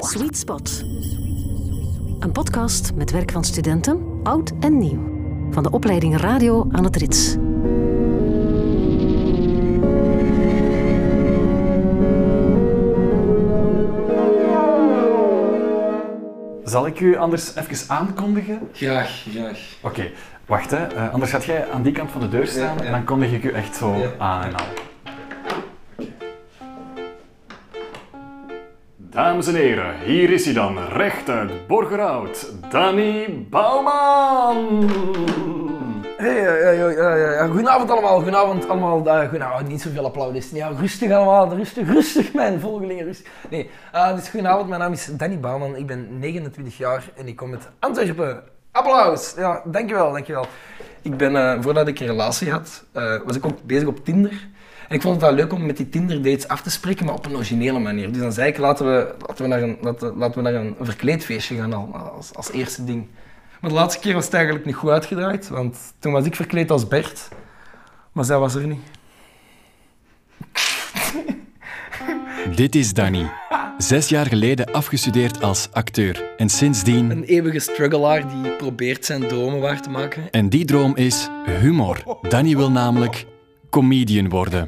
Sweet Spot. Een podcast met werk van studenten, oud en nieuw. Van de opleiding Radio aan het Rits. Zal ik u anders even aankondigen? Graag. Oké, wacht hè. Anders gaat jij aan die kant van de deur staan en dan kondig ik u echt zo aan en al. Dames en heren, hier is hij dan, recht uit Borgerhout, Danny Bouwman! Hey, goedenavond allemaal. Niet zoveel applaus. Ja, rustig allemaal, rustig mijn volgelingen, rustig. Nee, dus goedenavond, mijn naam is Danny Bouwman, ik ben 29 jaar en ik kom uit Antwerpen. Applaus! Ja, dankjewel. Ik ben, voordat ik een relatie had, was ik ook bezig op Tinder. En ik vond het wel leuk om met die Tinder-dates af te spreken, maar op een originele manier. Dus dan zei ik, laten we naar een verkleedfeestje gaan als eerste ding. Maar de laatste keer was het eigenlijk niet goed uitgedraaid, want toen was ik verkleed als Bert, maar zij was er niet. Dit is Danny. 6 jaar geleden afgestudeerd als acteur. En sindsdien... Een eeuwige struggelaar die probeert zijn dromen waar te maken. En die droom is humor. Danny wil namelijk comedian worden.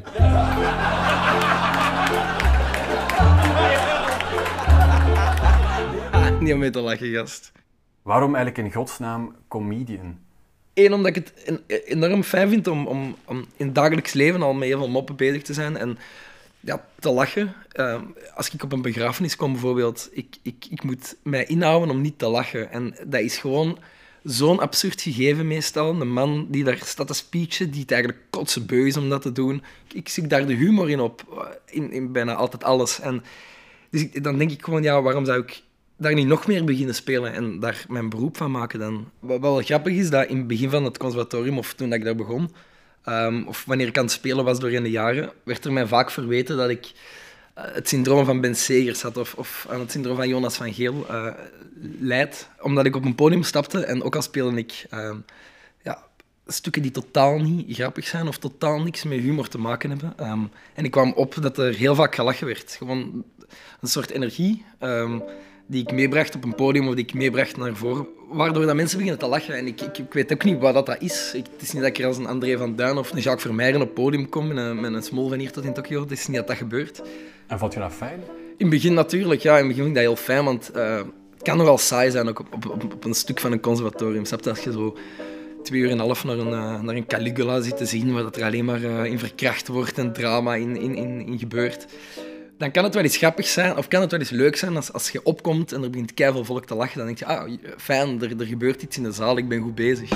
Niet om mee te lachen, gast. Waarom eigenlijk in godsnaam comedian? Eén, omdat ik het enorm fijn vind om in het dagelijks leven al met heel veel moppen bezig te zijn en ja, te lachen. Als ik op een begrafenis kom bijvoorbeeld, ik moet mij inhouden om niet te lachen. En dat is gewoon zo'n absurd gegeven meestal. Een man die daar staat te speechen, die het eigenlijk kotsebeu is om dat te doen. Ik zie daar de humor in op, in bijna altijd alles. En dus dan denk ik gewoon, ja, waarom zou ik daar niet nog meer beginnen spelen en daar mijn beroep van maken dan? Wat wel grappig is, dat in het begin van het conservatorium, of toen ik daar begon, of wanneer ik aan het spelen was doorheen de jaren, werd er mij vaak verweten dat ik het syndroom van Ben Segers had of aan het syndroom van Jonas van Geel leid. Omdat ik op een podium stapte en ook al speelde ik stukken die totaal niet grappig zijn of totaal niks met humor te maken hebben. En ik kwam op dat er heel vaak gelachen werd. Gewoon een soort energie die ik meebracht op een podium of die ik meebracht naar voren, waardoor dat mensen beginnen te lachen. En ik weet ook niet wat dat is. Het is niet dat ik er als een André van Duin of een Jacques Vermeijren op het podium kom met een smol van hier tot in Tokio. Het is niet dat gebeurt. En vond je dat fijn? In het begin natuurlijk, ja. In het begin vind ik dat heel fijn, want het kan nogal saai zijn ook op een stuk van een conservatorium. Snap je? Als je zo 2,5 uur naar een Caligula zit te zien, waar dat er alleen maar in verkracht wordt en drama in gebeurt, dan kan het wel eens grappig zijn, of kan het wel eens leuk zijn als je opkomt en er begint keiveel volk te lachen. Dan denk je, fijn, er gebeurt iets in de zaal, ik ben goed bezig.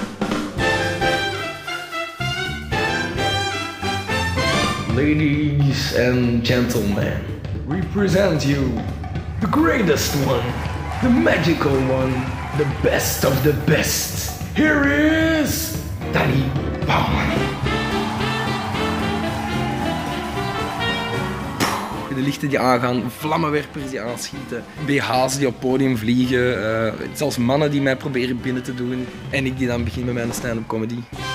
Ladies and gentlemen, we present you the greatest one, the magical one, the best of the best. Here is Danny Bouwman. De lichten die aangaan, vlammenwerpers die aanschieten, BH's die op het podium vliegen, zelfs mannen die mij proberen binnen te doen en ik die dan begin met mijn stand-up comedy.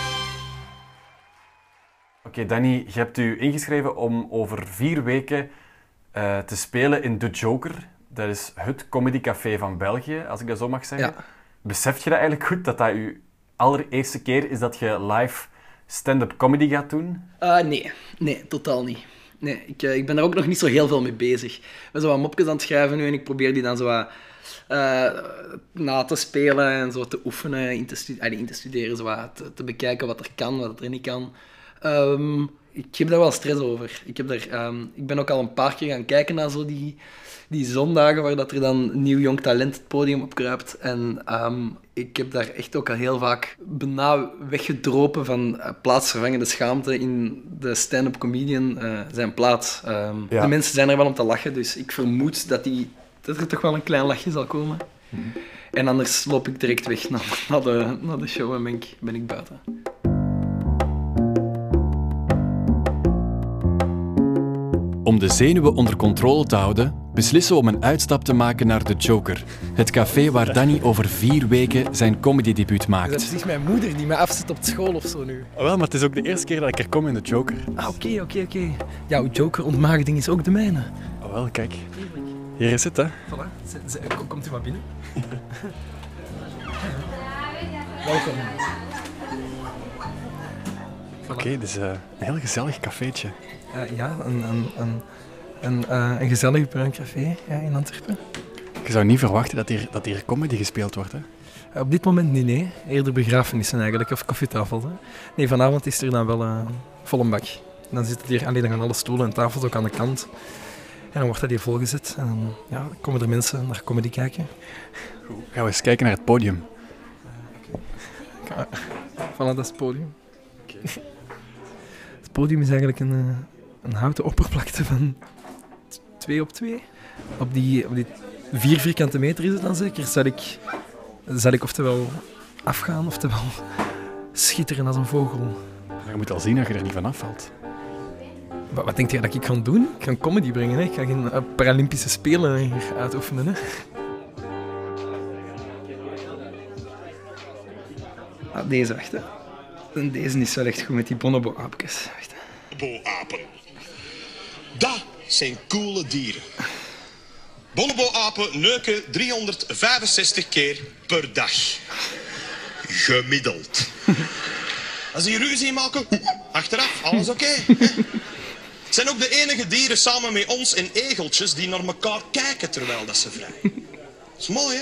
Oké, Danny, je hebt u ingeschreven om over 4 weken te spelen in The Joker. Dat is het comedycafé van België, als ik dat zo mag zeggen. Ja. Beseft je dat eigenlijk goed, dat uw allereerste keer is dat je live stand-up comedy gaat doen? Nee, totaal niet. Nee, ik ben daar ook nog niet zo heel veel mee bezig. Ik ben zo wat mopjes aan het schrijven nu en ik probeer die dan zo wat na te spelen en zo te oefenen, in te studeren, zo wat te bekijken wat er kan, wat er niet kan. Ik heb daar wel stress over. Ik ben ook al een paar keer gaan kijken naar zo die zondagen waar dat er dan nieuw jong talent het podium opkruipt. En ik heb daar echt ook al heel vaak bijna weggedropen van plaatsvervangende schaamte in de stand-up comedian zijn plaats. Ja. De mensen zijn er wel om te lachen, dus ik vermoed dat er toch wel een klein lachje zal komen. Mm-hmm. En anders loop ik direct weg naar de show en ben ik buiten. Om de zenuwen onder controle te houden, beslissen we om een uitstap te maken naar The Joker. Het café waar Danny over 4 weken zijn comedydebuut maakt. Dat is precies mijn moeder die mij afzet op school of zo nu. Oh, wel, maar het is ook de eerste keer dat ik er kom in The Joker. Ah, oké. Jouw Joker-ontmaagding is ook de mijne. Oh, wel, kijk. Hier is het, hè? Voilà. Komt u maar binnen. Welkom. Oké, dus een heel gezellig cafeetje. Ja, een gezellig bruin café in Antwerpen. Je zou niet verwachten dat hier comedy gespeeld wordt, hè? Op dit moment niet, nee. Eerder begrafenissen eigenlijk, of koffietafels. Hè. Nee, vanavond is er dan wel vol een bak. Dan zitten hier alleen aan alle stoelen en tafels ook aan de kant. En dan wordt dat hier volgezet. En dan komen er mensen naar comedy kijken. Goed. Gaan we eens kijken naar het podium. Voilà, dat is het podium. Okay. Het podium is eigenlijk een houten oppervlakte van 2 op 2. Op die 4 vierkante meter is het dan zeker. Zal ik oftewel afgaan, oftewel schitteren als een vogel. Je moet al zien dat je er niet van afvalt. Wat denk je dat ik ga doen? Ik ga comedy brengen. Hè? Ik ga geen Paralympische Spelen hier uitoefenen. Hè? Deze, wacht. Hè. En deze is wel echt goed met die bonobo-aapjes. Bonobo-apen. Dat zijn coole dieren. Bonobo-apen neuken 365 keer per dag. Gemiddeld. Als die ruzie maken, achteraf, alles oké. Het zijn ook de enige dieren samen met ons en egeltjes die naar elkaar kijken terwijl dat ze vrijen. Dat is mooi, hè?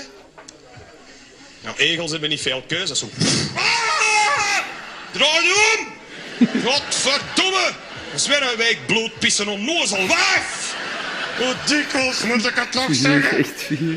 Nou, egels hebben niet veel keuze. Zo. Draai je om! Godverdomme! Dat is weer een week bloed pissen onnozel wijf! Hoe dikwijls moet ik het nog zeggen? Echt 4.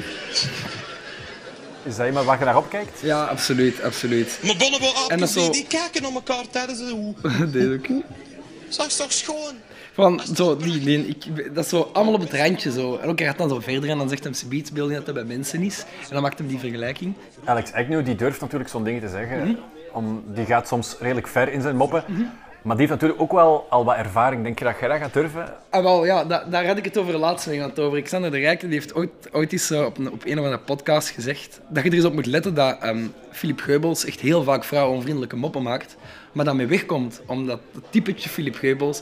Is dat iemand waar je naar opkijkt? Ja, absoluut, absoluut. Maar bonobo-aapjes zo... die kijken naar elkaar tijdens de hoe. Deze ook. Dat is toch schoon? Van, zo, dat is zo allemaal op het randje. Zo. En ook hij gaat dan zo verder en dan zegt hem subiet beeld dat dat bij mensen is. En dan maakt hem die vergelijking. Alex Agnew die durft natuurlijk zo'n dingen te zeggen. Die gaat soms redelijk ver in zijn moppen. Maar die heeft natuurlijk ook wel al wat ervaring. Denk je dat jij dat gaat durven? Wel, ja, daar had ik het over laatst mee gehad. Over Xander de Rijke, die heeft ooit eens op een of andere podcast gezegd dat je er eens op moet letten dat Philippe Geubels echt heel vaak vrouwenonvriendelijke moppen maakt. Maar dat mee wegkomt, omdat het typetje Philippe Geubels,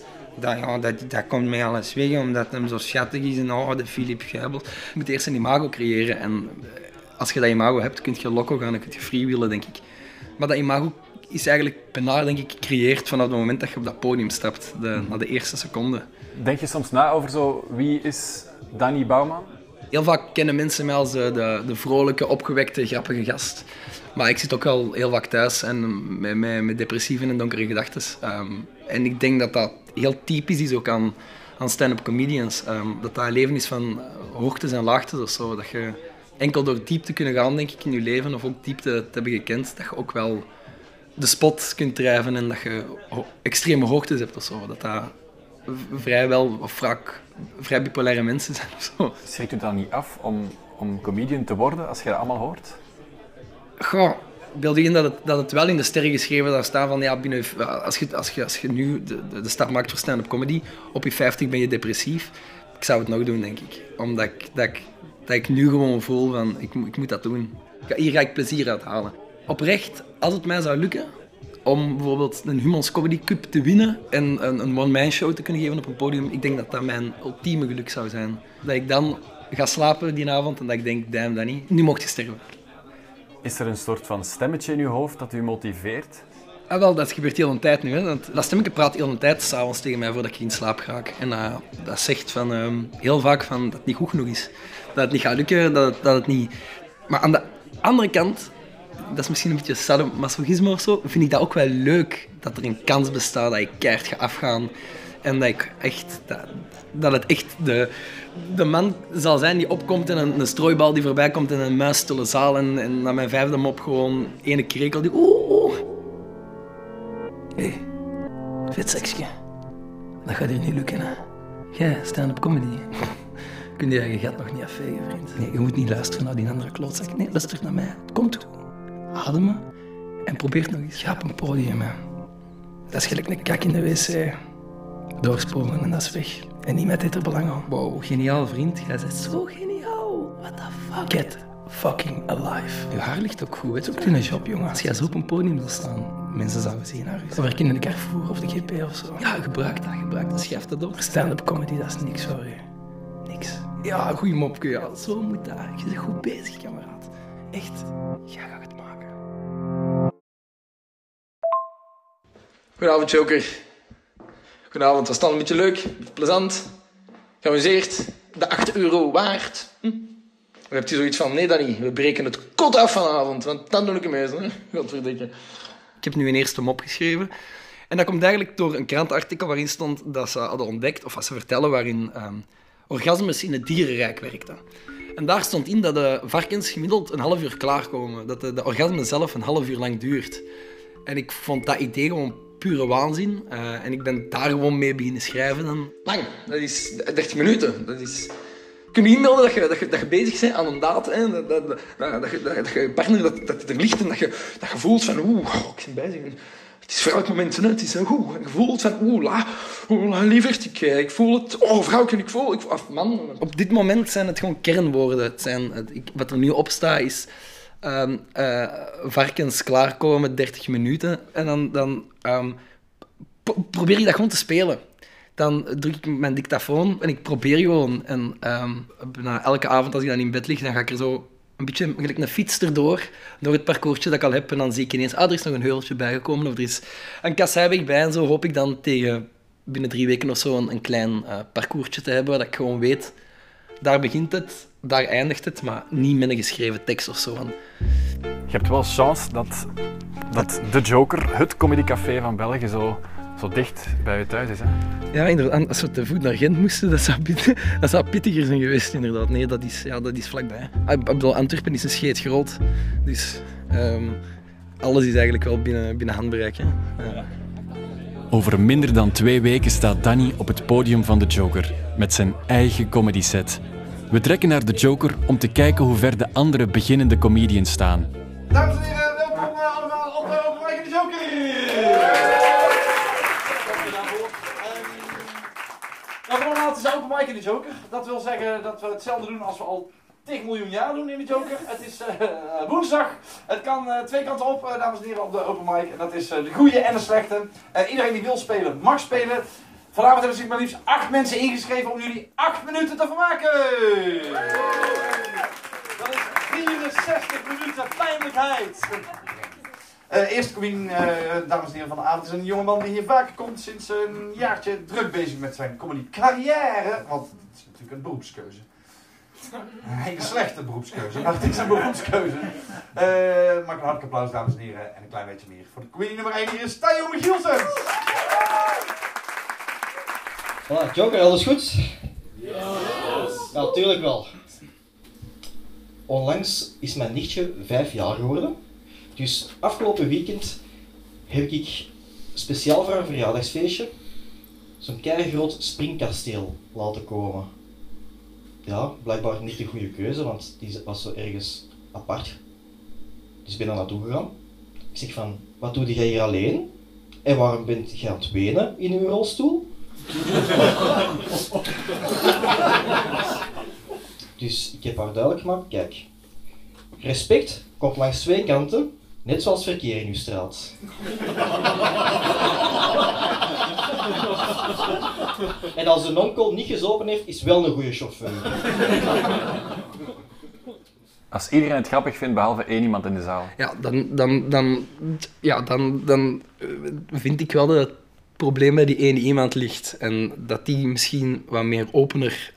dat komt mij alles weg, omdat hem zo schattig is en de Philippe Geubels. Je moet eerst een imago creëren en als je dat imago hebt, kun je loco gaan en kun je freewheelen, denk ik. Maar dat imago is eigenlijk bijna, denk ik, gecreëerd vanaf het moment dat je op dat podium stapt, na de eerste seconde. Denk je soms na over zo, wie is Danny Bouwman? Heel vaak kennen mensen mij als de vrolijke, opgewekte, grappige gast. Maar ik zit ook al heel vaak thuis en met depressieve en donkere gedachten. En ik denk dat dat heel typisch is ook aan stand-up comedians. Dat een leven is van hoogtes en laagtes of zo. Dat je enkel door diepte kunnen gaan, denk ik, in je leven, of ook diepte te hebben gekend, dat je ook wel de spot kunt drijven en dat je extreme hoogtes hebt of zo. Dat vrijwel of vaak vrij bipolaire mensen zijn of zo. Schrikt u dan niet af om comedian te worden als je dat allemaal hoort? Goh, ik beeld in dat het wel in de sterren geschreven daar staat van ja, als je nu de stap maakt voor stand-up comedy, op je 50 ben je depressief. Ik zou het nog doen, denk ik. Omdat ik nu gewoon voel van ik moet dat doen. Hier ga ik plezier uit halen. Oprecht, als het mij zou lukken om bijvoorbeeld een Humans Comedy Cup te winnen en een one-man show te kunnen geven op een podium, ik denk dat dat mijn ultieme geluk zou zijn. Dat ik dan ga slapen die avond en dat ik denk, damn Danny, nu mocht je sterven. Is er een soort van stemmetje in je hoofd dat u motiveert? Wel, dat gebeurt heel een tijd nu. Hè. Dat stemmetje praat heel een tijd s'avonds tegen mij voordat ik in slaap raak. En dat zegt heel vaak van, dat het niet goed genoeg is. Dat het niet gaat lukken, dat het niet... Maar aan de andere kant, dat is misschien een beetje sadomasochisme of zo, vind ik dat ook wel leuk dat er een kans bestaat dat ik keihard ga afgaan. En dat ik echt... Dat het echt de man zal zijn die opkomt en een strooibal die voorbij komt en een muisstille zaal en na mijn 5e mop gewoon ene krekel die... Hé, vet seksje. Dat gaat hier niet lukken, hè. Jij, stand-up comedy. Kun je je gat nog niet afvegen, vriend. Nee, je moet niet luisteren naar die andere klootzak. Nee, luister naar mij. Het komt goed. Ademen en probeer het nog eens. Ga op een podium, hè. Dat is gelijk een kak in de wc. Doorspoelen en dat is weg. En niemand heeft er belang aan. Wow, geniaal, vriend. Jij bent zo geniaal. What the fuck? Get fucking alive. Je haar ligt ook goed. Het is ook een job, jongen. Als jij zo op een podium zou staan, mensen zouden zien naar je. Werken in de Carrefour of de GP of zo. Ja, gebruik dat. Schrijf dat op. Stand-up comedy, dat is niks voor je. Niks. Ja, goeie mopje, ja. Zo moet dat. Je bent goed bezig, kameraad. Echt, jij gaat het maken. Goedenavond, Joker. Goedenavond, was het al een beetje leuk? Plezant? Geamuseerd? De €8 waard? Of heb je zoiets van, nee Danny, we breken het kot af vanavond, want dan doe ik hem eens, hè? Godverdikke. Ik heb nu een eerste mop geschreven. En dat komt eigenlijk door een krantenartikel waarin stond dat ze hadden ontdekt, of wat ze vertellen, waarin orgasmes in het dierenrijk werkten. En daar stond in dat de varkens gemiddeld een half uur klaarkomen. Dat de orgasme zelf een half uur lang duurt. En ik vond dat idee gewoon pure waanzin. En ik ben daar gewoon mee beginnen schrijven. En lang, dat is 30 minuten. Dat is... Kun je inbeelden dat je bezig bent aan een daad, hè? Dat je partner dat er ligt en dat je voelt van ik ben bezig. Het is vrouwelijk moment, hè? Het is en je voelt van lieverd, ik voel het. Oh, vrouwtje, ik voel man. Op dit moment zijn het gewoon kernwoorden. Wat er nu op staat is varkens klaarkomen, 30 minuten. En dan probeer je dat gewoon te spelen. Dan druk ik mijn dictafoon en ik probeer gewoon. En na elke avond als ik dan in bed lig, dan ga ik er zo een beetje gelijk een fiets erdoor, door het parcoursje dat ik al heb. En dan zie ik ineens, er is nog een heuveltje bijgekomen of er is een kasseiweg bij. En zo hoop ik dan tegen binnen 3 weken of zo een klein parcoursje te hebben, waar ik gewoon weet, daar begint het, daar eindigt het, maar niet met een geschreven tekst of zo. Je hebt wel chance dat de Joker, het comedycafé van België, zo dicht bij je thuis is. Hè? Ja, inderdaad. Als we te voet naar Gent moesten, dat zou pittiger zijn geweest, inderdaad. Nee, dat is vlakbij. Ik bedoel, Antwerpen is een scheet groot. Dus alles is eigenlijk wel binnen handbereik. Hè? Ja. Over minder dan 2 weken staat Danny op het podium van de Joker met zijn eigen comedy set. We trekken naar de Joker om te kijken hoe ver de andere beginnende comedians staan. Dames en heren, welkom allemaal op de Open Mic in de Joker! Het is Open Mic in de Joker. Dat wil zeggen dat we hetzelfde doen als we al 10 miljoen jaar doen in de Joker. Het is woensdag. Het kan 2 kanten op, dames en heren, op de Open Mic. En dat is de goede en de slechte. Iedereen die wil spelen, mag spelen. Vanavond hebben zich maar liefst 8 mensen ingeschreven om jullie 8 minuten te vermaken. Dat is 64 minuten pijnlijkheid. Eerste comedian, dames en heren van de avond, is een jongeman die hier vaak komt sinds een jaartje druk bezig met zijn comedy carrière. Want het is natuurlijk een beroepskeuze. Een hele slechte beroepskeuze, maar het is een beroepskeuze. Maak een hartelijk applaus, dames en heren, en een klein beetje meer voor de comedian nummer 1. Hier is Tayo Michielsen. Voilà, Joker, alles goed? Yes. Ja, natuurlijk wel. Onlangs is mijn nichtje 5 jaar geworden. Dus afgelopen weekend heb ik speciaal voor een verjaardagsfeestje zo'n keigroot springkasteel laten komen. Ja, blijkbaar niet de goede keuze, want die was zo ergens apart. Dus ik ben daar naartoe gegaan. Ik zeg van, wat doe jij hier alleen? En waarom bent jij aan het wenen in uw rolstoel? Dus ik heb haar duidelijk gemaakt, kijk, respect komt langs 2 kanten, net zoals verkeer in uw straat. En als de onkel niet gezopen heeft, is wel een goede chauffeur. Als iedereen het grappig vindt, behalve 1 iemand in de zaal. Ja, dan vind ik wel dat het probleem bij die ene iemand ligt. En dat die misschien wat meer opener...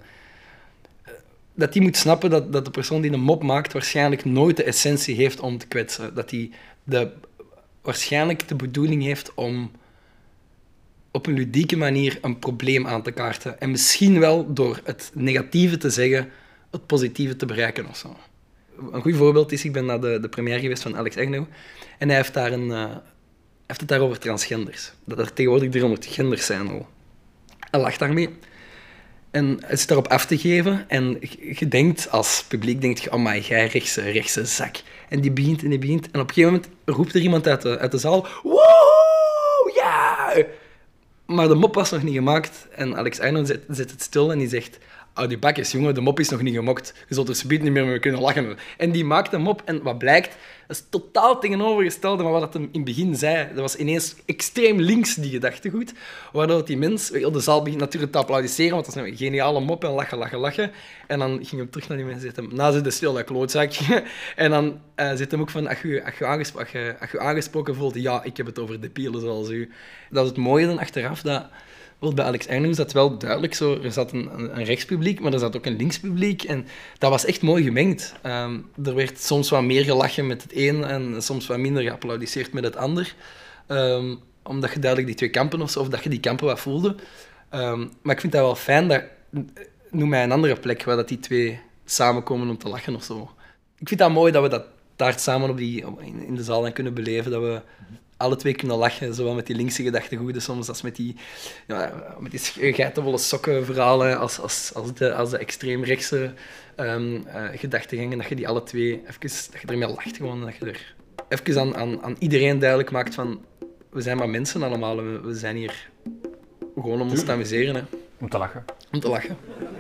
dat die moet snappen dat de persoon die een mop maakt waarschijnlijk nooit de essentie heeft om te kwetsen. Dat die waarschijnlijk de bedoeling heeft om op een ludieke manier een probleem aan te kaarten. En misschien wel door het negatieve te zeggen, het positieve te bereiken of zo. Een goed voorbeeld is, ik ben naar de première geweest van Alex Agnew. En hij heeft daar heeft het daar over transgenders. Dat er tegenwoordig 300 genders zijn al. Hij lacht daarmee. En hij zit daarop af te geven. En je denkt, als publiek, denkt je, oh my, jij rechtse zak. En die begint. En op een gegeven moment roept er iemand uit de zaal, wow, ja! Maar de mop was nog niet gemaakt. En Alex Agnew zet het stil en die zegt, Oh, die bakjes, jongen, de mop is nog niet gemokt. Je zult er subiet niet meer mee kunnen lachen. En die maakt een mop. En wat blijkt, dat is totaal tegenovergestelde van wat hij in het begin zei. Dat was ineens extreem links, die gedachtegoed. Waardoor die mens, de zaal begint natuurlijk te applaudisseren, want dat is een geniale mop en lachen. En dan ging hij terug naar die mensen en zei hem, nou zit de stil, dat klootzak. En dan zit hem ook van, als je aangesproken voelt, ja, ik heb het over debielen zoals u. Dat is het mooie dan achteraf, dat... Bij Alex Agnew is dat wel duidelijk zo. Er zat een rechtspubliek, maar er zat ook een linkspubliek. En dat was echt mooi gemengd. Er werd soms wat meer gelachen met het een en soms wat minder geapplaudisseerd met het ander. Omdat je duidelijk die twee kampen of dat je die kampen wat voelde. Maar ik vind dat wel fijn dat... Noem mij een andere plek waar dat die twee samenkomen om te lachen of zo. Ik vind dat mooi dat we dat daar samen in de zaal dan kunnen beleven. Dat we alle twee kunnen lachen, zowel met die linkse gedachtegoeden soms als met die geitenwolle sokken verhalen als de extreemrechtse gedachtegangen. Dat je die alle twee even, dat je ermee lacht gewoon. Dat je er even aan iedereen duidelijk maakt van we zijn maar mensen allemaal. We zijn hier gewoon om ons te amuseren. Hè. Om te lachen. Om te lachen.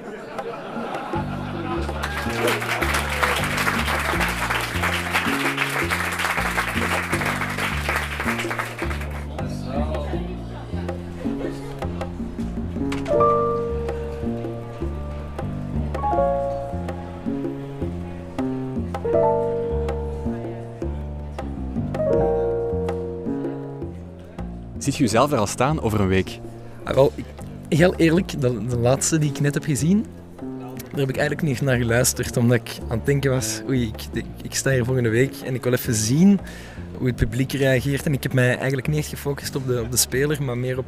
Ziet je jezelf er al staan over een week? Wel, heel eerlijk, de laatste die ik net heb gezien, daar heb ik eigenlijk niet naar geluisterd, omdat ik aan het denken was, ik sta hier volgende week en ik wil even zien hoe het publiek reageert. En ik heb mij eigenlijk niet echt gefocust op de speler, maar meer op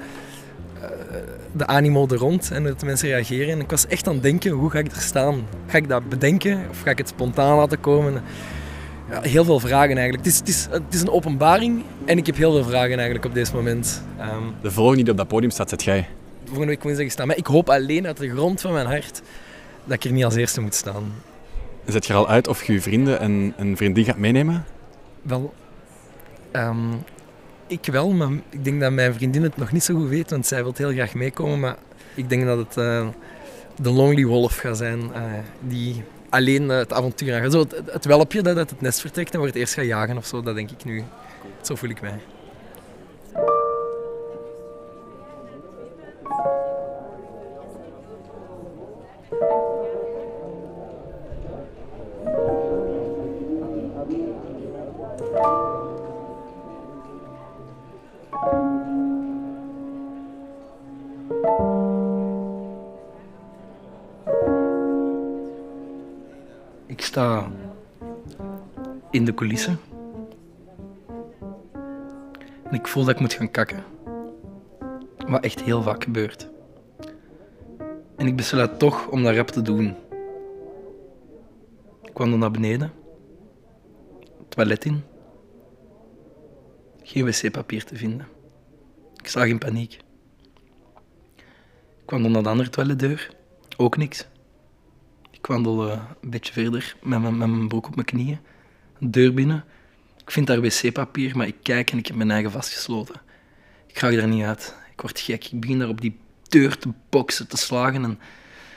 de animo er rond en hoe de mensen reageren. En ik was echt aan het denken, hoe ga ik er staan? Ga ik dat bedenken of ga ik het spontaan laten komen? Ja, heel veel vragen eigenlijk. Het is een openbaring en ik heb heel veel vragen eigenlijk op dit moment. De volgende die op dat podium staat, zet jij. Volgende week woensdag staan. Maar ik hoop alleen uit de grond van mijn hart dat ik er niet als eerste moet staan. Zet je er al uit of je je vrienden en een vriendin gaat meenemen? Wel, ik wel, maar ik denk dat mijn vriendin het nog niet zo goed weet, want zij wil heel graag meekomen. Maar ik denk dat het de Lonely Wolf gaat zijn, die alleen het avontuur aangaat. Zo het welpje dat uit het nest vertrekt en wordt eerst gaat jagen of zo, dat denk ik nu. Zo voel ik mij. Ik sta in de coulissen en ik voel dat ik moet gaan kakken. Wat echt heel vaak gebeurt. En ik besluit toch om dat rap te doen. Ik wandel naar beneden, het toilet in, geen wc-papier te vinden. Ik slaag in paniek. Ik wandel naar de andere toiletdeur, ook niks. Ik wandel een beetje verder met mijn broek op mijn knieën. Een deur binnen. Ik vind daar wc-papier, maar ik kijk en ik heb mijn eigen vastgesloten. Ik ga er niet uit. Ik word gek. Ik begin daar op die deur te boksen, te slagen. En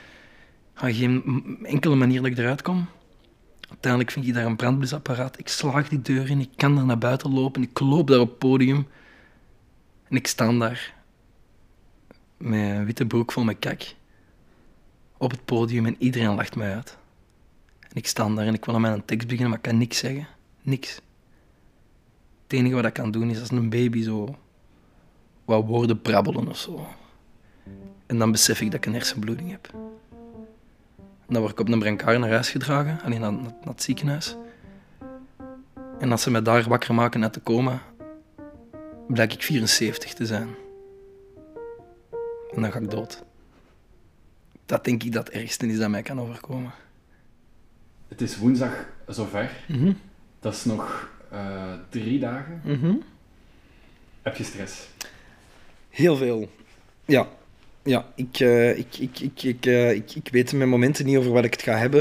geen enkele manier dat ik eruit kom. Uiteindelijk vind ik daar een brandblusapparaat. Ik slaag die deur in. Ik kan daar naar buiten lopen. Ik loop daar op het podium. En ik sta daar met een witte broek vol met kak. Op het podium en iedereen lacht mij uit. En ik sta daar en ik wil aan mijn tekst beginnen, maar ik kan niks zeggen. Niks. Het enige wat ik kan doen is als een baby zo wat woorden brabbelen of zo. En dan besef ik dat ik een hersenbloeding heb. En dan word ik op een brancard naar huis gedragen, alleen naar het ziekenhuis. En als ze mij daar wakker maken uit de coma, blijk ik 74 te zijn. En dan ga ik dood. Dat denk ik dat het ergste is dat mij kan overkomen. Het is woensdag zover. Mm-hmm. Dat is nog 3 dagen. Mm-hmm. Heb je stress? Heel veel. Ja. Ik weet mijn momenten niet over wat ik het ga hebben.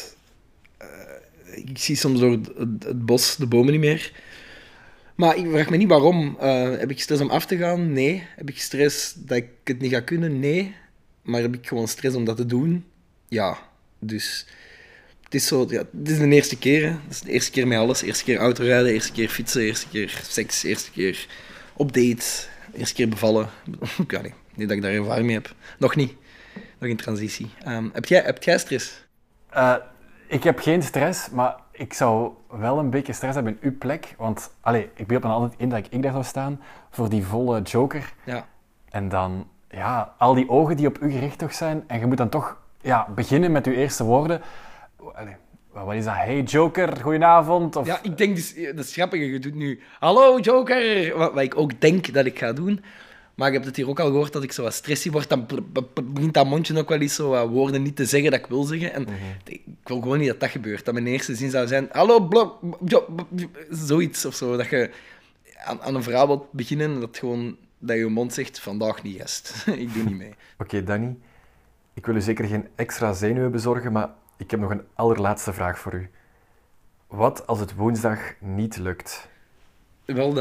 Ik zie soms door het bos de bomen niet meer. Maar ik vraag me niet waarom. Heb ik stress om af te gaan? Nee. Heb ik stress dat ik het niet ga kunnen? Nee. Maar heb ik gewoon stress om dat te doen? Ja. Dus het is zo... Ja, het is de eerste keer. Hè. Het is de eerste keer met alles. Eerste keer autorijden, eerste keer fietsen, eerste keer seks, eerste keer op date, eerste keer bevallen. Ik weet niet dat ik daar ervaring mee heb. Nog niet. Nog in transitie. Heb jij stress? Ik heb geen stress, maar ik zou wel een beetje stress hebben in uw plek. Want ik beeld me altijd in dat ik daar zou staan voor die volle Joker. Ja. En dan al die ogen die op u gericht toch zijn. En je moet dan toch beginnen met uw eerste woorden. Wat is dat? Hey Joker, goedenavond. Of... Ja, ik denk dus, dat is grappig. Je doet nu hallo Joker, wat ik ook denk dat ik ga doen. Maar ik heb het hier ook al gehoord dat ik zo wat stressy word. Dan begint dat mondje ook wel eens zo wat woorden niet te zeggen dat ik wil zeggen. En ik wil gewoon niet dat gebeurt. Dat mijn eerste zin zou zijn, hallo zoiets of zo. Dat je aan een verhaal wilt beginnen dat je mond zegt, vandaag niet gast. Ik doe niet mee. Oké, Danny. Ik wil u zeker geen extra zenuwen bezorgen, maar ik heb nog een allerlaatste vraag voor u. Wat als het woensdag niet lukt? Wel,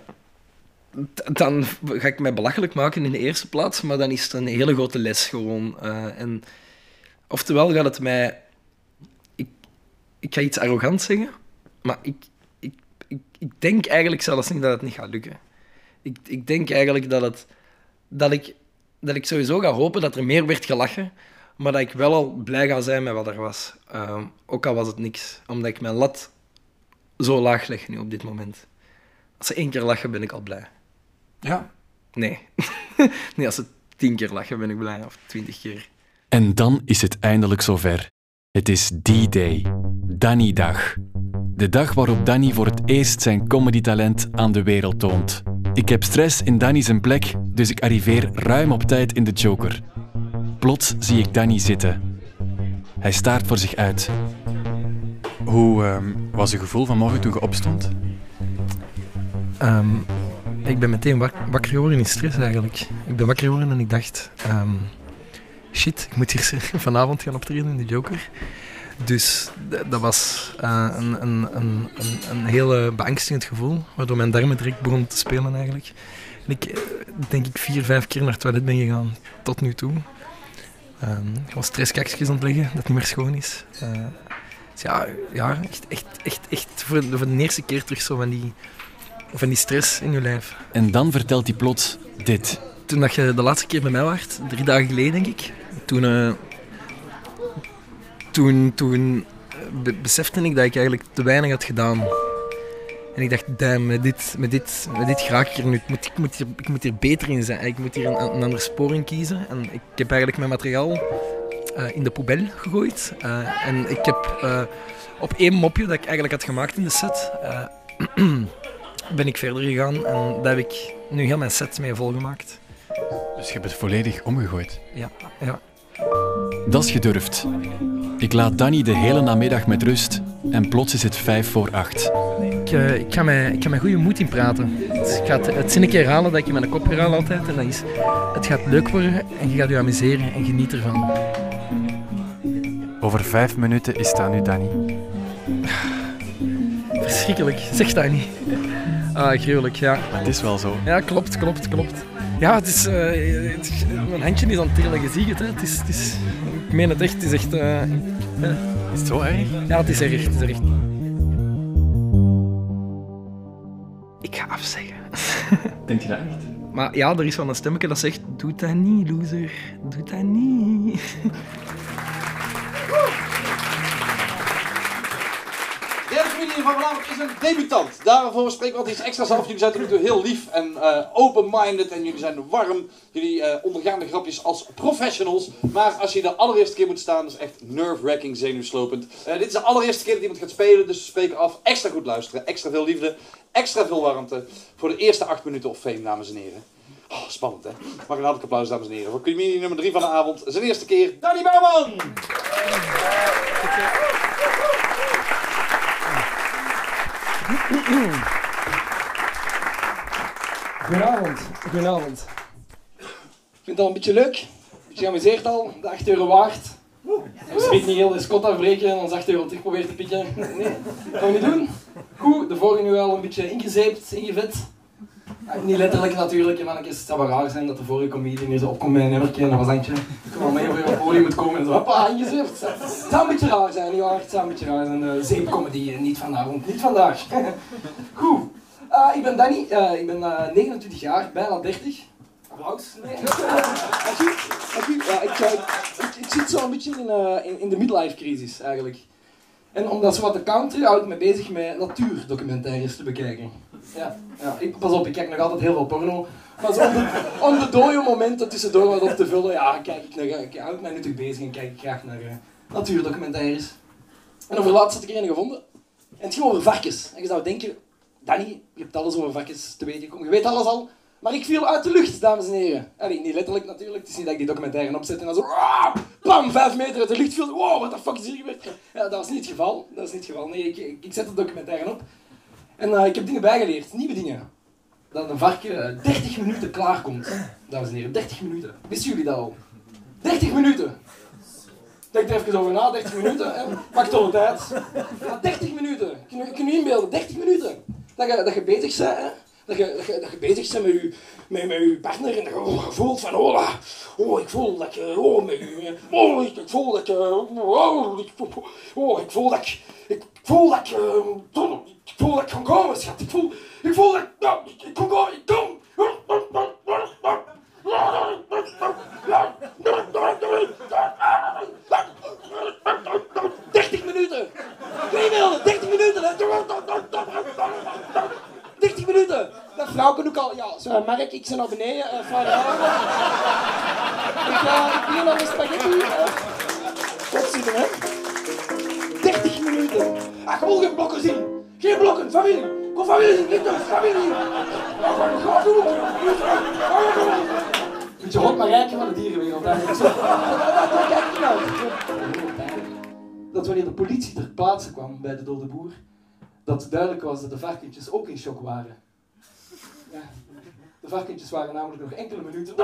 dan ga ik mij belachelijk maken in de eerste plaats, maar dan is het een hele grote les gewoon. Oftewel gaat het mij... Ik ga iets arrogant zeggen, maar ik denk eigenlijk zelfs niet dat het niet gaat lukken. Ik denk eigenlijk dat ik sowieso ga hopen dat er meer werd gelachen, maar dat ik wel al blij ga zijn met wat er was. Ook al was het niks. Omdat ik mijn lat zo laag leg nu op dit moment. Als ze 1 keer lachen, ben ik al blij. Ja. Nee. Nee, als ze 10 keer lachen, ben ik blij. Of 20 keer. En dan is het eindelijk zover. Het is D-Day. Danny-dag. De dag waarop Danny voor het eerst zijn comedytalent aan de wereld toont. Ik heb stress in Danny zijn plek, dus ik arriveer ruim op tijd in de Joker. Plots zie ik Danny zitten. Hij staart voor zich uit. Hoe was uw gevoel vanmorgen toen je opstond? Ik ben meteen wakker geworden in stress eigenlijk. Ik ben wakker geworden en ik dacht... shit, ik moet hier vanavond gaan optreden in de Joker. Dus dat was een heel beangstigend gevoel, waardoor mijn darmen direct begonnen te spelen eigenlijk. En ik denk 4-5 keer naar het toilet ben gegaan, tot nu toe. Ik was stresskakjes aan het leggen, dat niet meer schoon is. Dus ja, echt voor de eerste keer terug zo van die stress in je lijf. En dan vertelt hij plots dit. Toen dat je de laatste keer bij mij was, 3 dagen geleden denk ik, toen besefte ik dat ik eigenlijk te weinig had gedaan. En ik dacht, damn, met dit raak ik er nu. Ik moet hier beter in zijn. Ik moet hier een andere spoor in kiezen. En ik heb eigenlijk mijn materiaal in de poubelle gegooid. En ik heb op 1 mopje dat ik eigenlijk had gemaakt in de set, ben ik verder gegaan. En daar heb ik nu heel mijn set mee volgemaakt. Dus je hebt het volledig omgegooid? Ja. Dat is gedurfd. Ik laat Danny de hele namiddag met rust en plots is het 7:55. Ik ga met goede moed in praten. Dus ik ga het zinnetje herhalen dat ik in mijn kop herhaal altijd. En dat is, het gaat leuk worden en je gaat je amuseren en geniet ervan. Over 5 minuten is het aan u, Danny. Verschrikkelijk, zeg dat niet. Gruwelijk, ja. Maar het is wel zo. Ja, klopt. Ja, het is... mijn handje is aan het trillen, je ziet het. Hè. Het is, ik meen het echt, het is echt... Is het zo erg? Ja, het is erg. Ik ga afzeggen. Denk je dat echt? Maar ja, er is wel een stemmetje dat zegt... Doe dat niet, loser. Doe dat niet. De derde comedian van vanavond is een debutant. Daarvoor spreken we altijd iets extra's af. Jullie zijn tot nu toe heel lief en open-minded en jullie zijn warm. Jullie ondergaan de grapjes als professionals. Maar als je de allereerste keer moet staan, dat is echt nerve-wracking, zenuwslopend. Dit is de allereerste keer dat iemand gaat spelen, dus we spreken af. Extra goed luisteren, extra veel liefde, extra veel warmte. Voor de eerste 8 minuten of fame, dames en heren. Oh, spannend, hè? Mag een hartelijk applaus, dames en heren. Voor comedian nummer 3 van de avond. Zijn eerste keer, Danny Bouwman! Goedenavond. Ik vind het al een beetje leuk. Een beetje geamuseerd al. De 8 euro waard. We spreken niet heel de scot afbreken en ons 8 euro terug proberen te pikken. Nee, dat gaan we niet doen. Goed, de vorige nu al een beetje ingezeept, ingevet. Niet letterlijk natuurlijk, mannetjes. Het zou wel raar zijn dat de vorige comedian hier zo opkomt met een nummertje en een wasantje. Ik kom al mee op het podium moet komen en zo, hoppa, ingezept. Het zou een beetje raar zijn, ja, het zou een beetje raar zijn. Zeepcomedy, niet vanavond, niet vandaag. Goed, ik ben Danny, ik ben 29 jaar, bijna 30. Applaus. Nee. Dank u. Ja, ik zit zo een beetje in de midlife crisis eigenlijk. En omdat zo wat de counter hou ik me bezig met natuurdocumentaires te bekijken. Ja, pas op, ik kijk nog altijd heel veel porno. Maar zo om de dode momenten tussendoor wat op te vullen, ja, ik hou mij natuurlijk bezig en kijk ik graag naar natuurdocumentaires. En over laatst had ik er een gevonden. En het ging over varkens. En je zou denken, Danny, je hebt alles over varkens te weten gekomen. Je weet alles al. Maar ik viel uit de lucht, dames en heren. Allee, niet letterlijk natuurlijk. Het is niet dat ik die documentaire opzet en dan zo... Bam, 5 meter uit de lucht viel. Wow, wat de fuck is hier gebeurd? Ja, dat was niet het geval. Nee, ik zet de documentaire op. En ik heb dingen bijgeleerd. Nieuwe dingen. Dat een varken 30 minuten klaarkomt. Dames en heren, 30 minuten. Wisten jullie dat al? 30 minuten. Denk er even over na, 30 minuten. Hè. Pak toch de tijd. Ja, 30 minuten. Kun je inbeelden? 30 minuten. Dat je bezig bent, hè. Dat je bezig bent met je partner en dat je voelt van ik voel dat je ik voel dat ik kan komen, schat. Ik voel dat ik kan komen. Ik kom. 30 minuten. 30 minuten. 30 minuten! Dat vrouw kan ook al... Ja, zo, Mark, ik ben naar beneden. Ik begin aan de spaghetti. Wat zitten, hè? 30 minuten! Ah, ik wil geen blokken zien! Geen blokken, familie! Kom familie zien, niet familie! Moet je hond maar rijken van de dierenwereld, hè? Daar kijk ik naar. Dat wanneer de politie ter plaatse kwam bij de dode boer, dat duidelijk was dat de varkentjes ook in shock waren. Ja, de varkentjes waren namelijk nog enkele minuten...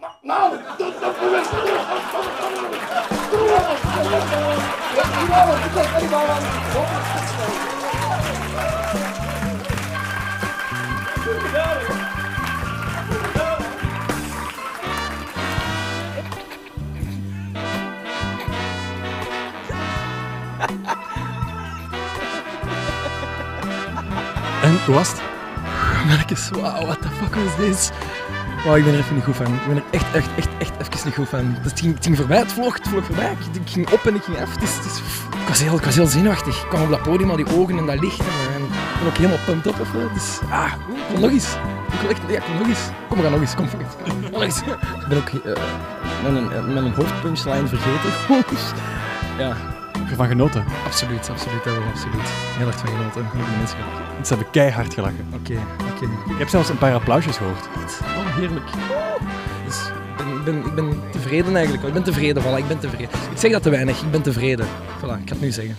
En hoe was het? Marcus, wauw, what the fuck was dit? Wauw, ik ben er even niet goed van. Ik ben er echt even niet goed van. Het ging voorbij, het vlog voorbij. Ik ging op en ik ging af. Ik was heel zenuwachtig. Ik kwam op dat podium, al die ogen en dat licht. En ik ben ook helemaal pumped op. Dus, kom nog eens. Kom nog eens. Kom, we gaan nog eens. Kom, nog eens. Ik ben ook met een hoofdpunchline vergeten. Ja. Heb je ervan genoten? Absoluut. Heel erg van genoten. Heel veel mensen gehad. Ze hebben keihard gelachen. Oké. Ik heb zelfs een paar applausjes gehoord. Oh, heerlijk. Dus ik ben tevreden eigenlijk. Ik ben tevreden, voilà. Ik ben tevreden. Ik zeg dat te weinig. Ik ben tevreden. Voilà, ik ga het nu zeggen.